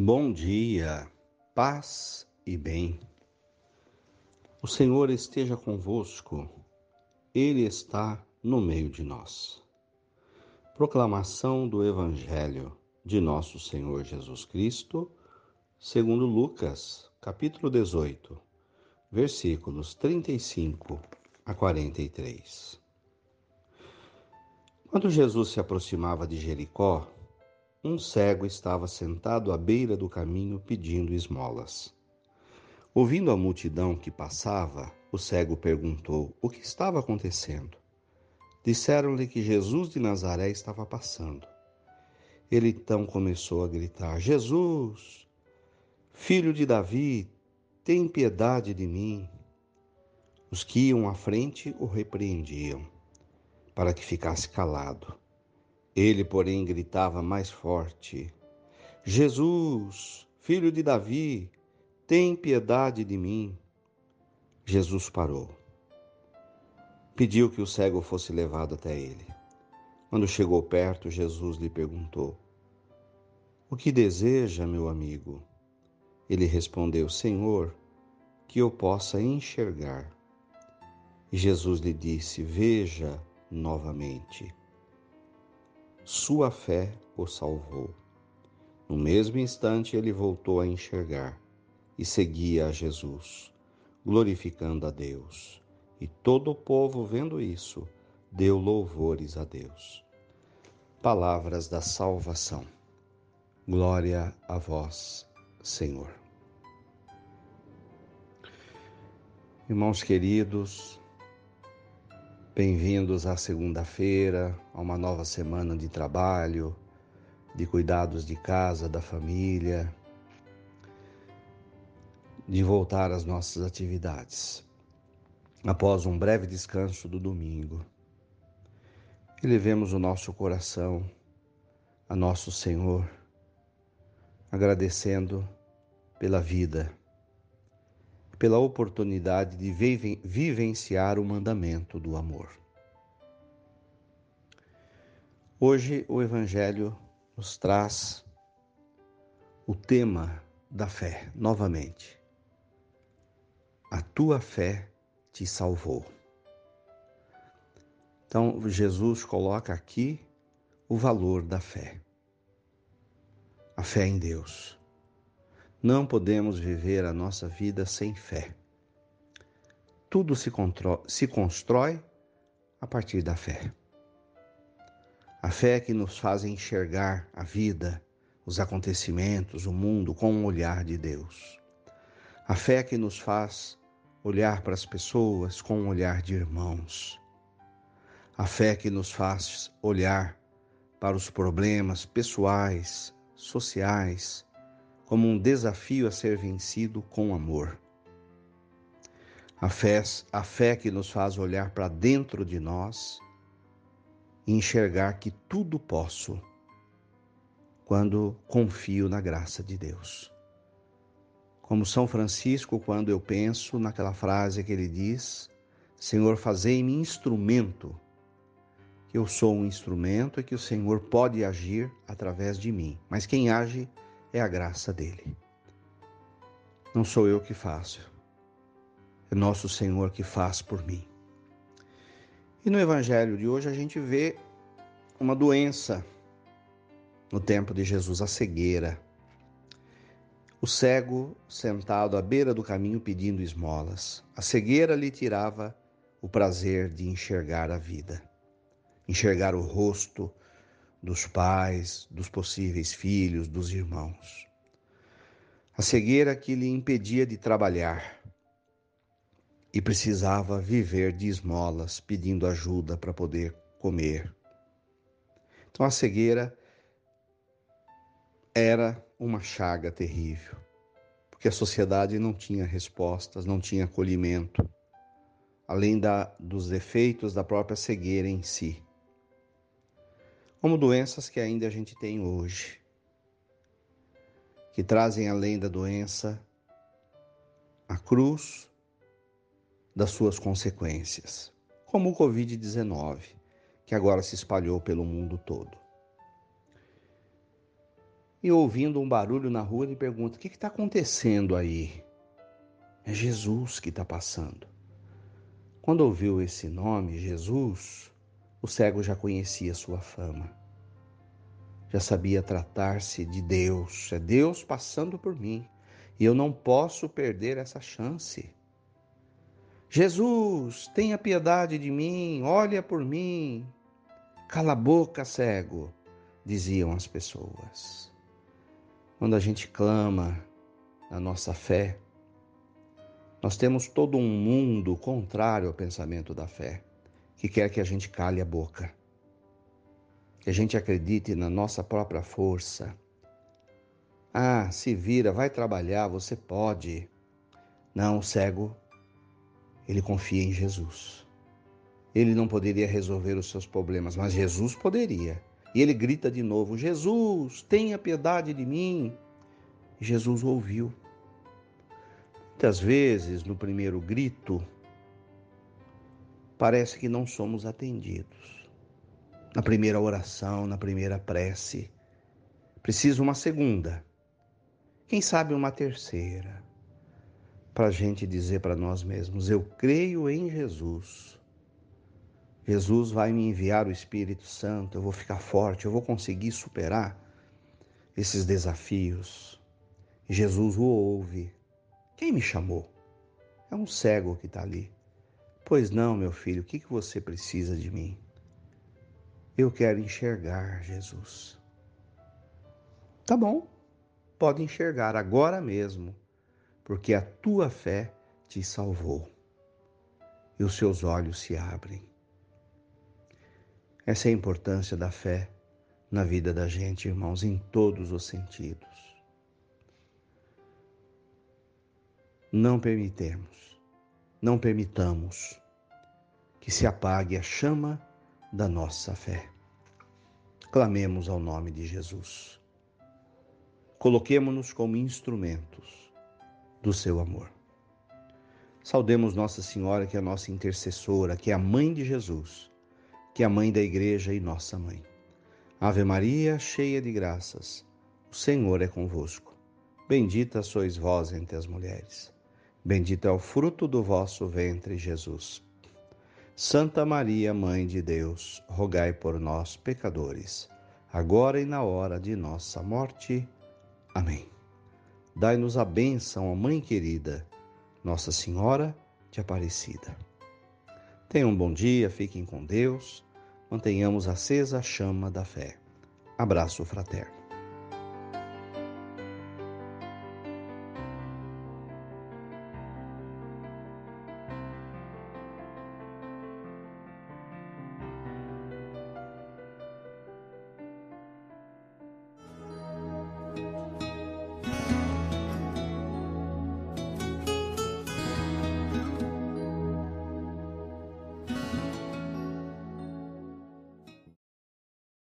Bom dia, paz e bem. O Senhor esteja convosco, Ele está no meio de nós. Proclamação do Evangelho de nosso Senhor Jesus Cristo, segundo Lucas, capítulo 18, versículos 35 a 43. Quando Jesus se aproximava de Jericó, um cego estava sentado à beira do caminho pedindo esmolas. Ouvindo a multidão que passava, o cego perguntou o que estava acontecendo. Disseram-lhe que Jesus de Nazaré estava passando. Ele então começou a gritar: Jesus, filho de Davi, tem piedade de mim. Os que iam à frente o repreendiam, para que ficasse calado. Ele, porém, gritava mais forte: Jesus, filho de Davi, tem piedade de mim. Jesus parou. Pediu que o cego fosse levado até ele. Quando chegou perto, Jesus lhe perguntou: O que deseja, meu amigo? Ele respondeu: Senhor, que eu possa enxergar. E Jesus lhe disse: Veja novamente. Sua fé o salvou. No mesmo instante, ele voltou a enxergar e seguia a Jesus, glorificando a Deus. E todo o povo, vendo isso, deu louvores a Deus. Palavras da salvação. Glória a vós, Senhor. Irmãos queridos, bem-vindos à segunda-feira, a uma nova semana de trabalho, de cuidados de casa, da família, de voltar às nossas atividades. Após um breve descanso do domingo, elevemos o nosso coração a nosso Senhor, agradecendo pela vida, pela oportunidade de vivenciar o mandamento do amor. Hoje o Evangelho nos traz o tema da fé, novamente. A tua fé te salvou. Então, Jesus coloca aqui o valor da fé. A fé em Deus. Não podemos viver a nossa vida sem fé. Tudo se constrói a partir da fé. A fé que nos faz enxergar a vida, os acontecimentos, o mundo com o olhar de Deus. A fé que nos faz olhar para as pessoas com um olhar de irmãos. A fé que nos faz olhar para os problemas pessoais, sociais, como um desafio a ser vencido com amor. A fé que nos faz olhar para dentro de nós e enxergar que tudo posso quando confio na graça de Deus. Como São Francisco, quando eu penso naquela frase que ele diz: Senhor, fazei-me instrumento, que eu sou um instrumento e que o Senhor pode agir através de mim, mas quem age é a graça dele. Não sou eu que faço, é nosso Senhor que faz por mim. E no Evangelho de hoje a gente vê uma doença no tempo de Jesus, a cegueira. O cego sentado à beira do caminho pedindo esmolas. A cegueira lhe tirava o prazer de enxergar a vida, enxergar o rosto dos pais, dos possíveis filhos, dos irmãos. A cegueira que lhe impedia de trabalhar e precisava viver de esmolas, pedindo ajuda para poder comer. Então a cegueira era uma chaga terrível, porque a sociedade não tinha respostas, não tinha acolhimento, além dos efeitos da própria cegueira em si. Como doenças que ainda a gente tem hoje, que trazem além da doença a cruz das suas consequências, como o Covid-19, que agora se espalhou pelo mundo todo. e ouvindo um barulho na rua, ele pergunta: o que está acontecendo aí? É Jesus que está passando. Quando ouviu esse nome, Jesus, o cego já conhecia sua fama. Já sabia tratar-se de Deus. É Deus passando por mim. E eu não posso perder essa chance. Jesus, tenha piedade de mim, olha por mim. Cala a boca, cego, diziam as pessoas. Quando a gente clama na nossa fé, nós temos todo um mundo contrário ao pensamento da fé, que quer que a gente cale a boca, que a gente acredite na nossa própria força. Ah, se vira, vai trabalhar, você pode. Não, o cego, ele confia em Jesus. Ele não poderia resolver os seus problemas, mas Jesus poderia. E ele grita de novo: Jesus, tenha piedade de mim. E Jesus ouviu. Muitas vezes, no primeiro grito, parece que não somos atendidos. Na primeira oração, na primeira prece, precisa uma segunda, quem sabe uma terceira, para a gente dizer para nós mesmos: eu creio em Jesus. Jesus vai me enviar o Espírito Santo, eu vou ficar forte, eu vou conseguir superar esses desafios. Jesus o ouve. Quem me chamou? É um cego que está ali. Pois não, meu filho, o que você precisa de mim? Eu quero enxergar, Jesus. Tá bom, pode enxergar agora mesmo, porque a tua fé te salvou e os seus olhos se abrem. Essa é a importância da fé na vida da gente, irmãos, em todos os sentidos. Não permitamos que se apague a chama da nossa fé. Clamemos ao nome de Jesus. Coloquemo-nos como instrumentos do seu amor. Saudemos Nossa Senhora, que é a nossa intercessora, que é a mãe de Jesus, que é a mãe da igreja e nossa mãe. Ave Maria, cheia de graças, o Senhor é convosco. Bendita sois vós entre as mulheres. Bendito é o fruto do vosso ventre, Jesus. Santa Maria, Mãe de Deus, rogai por nós, pecadores, agora e na hora de nossa morte. Amém. Dai-nos a bênção, ó Mãe querida, Nossa Senhora de Aparecida. Tenham um bom dia, fiquem com Deus, mantenhamos acesa a chama da fé. Abraço fraterno.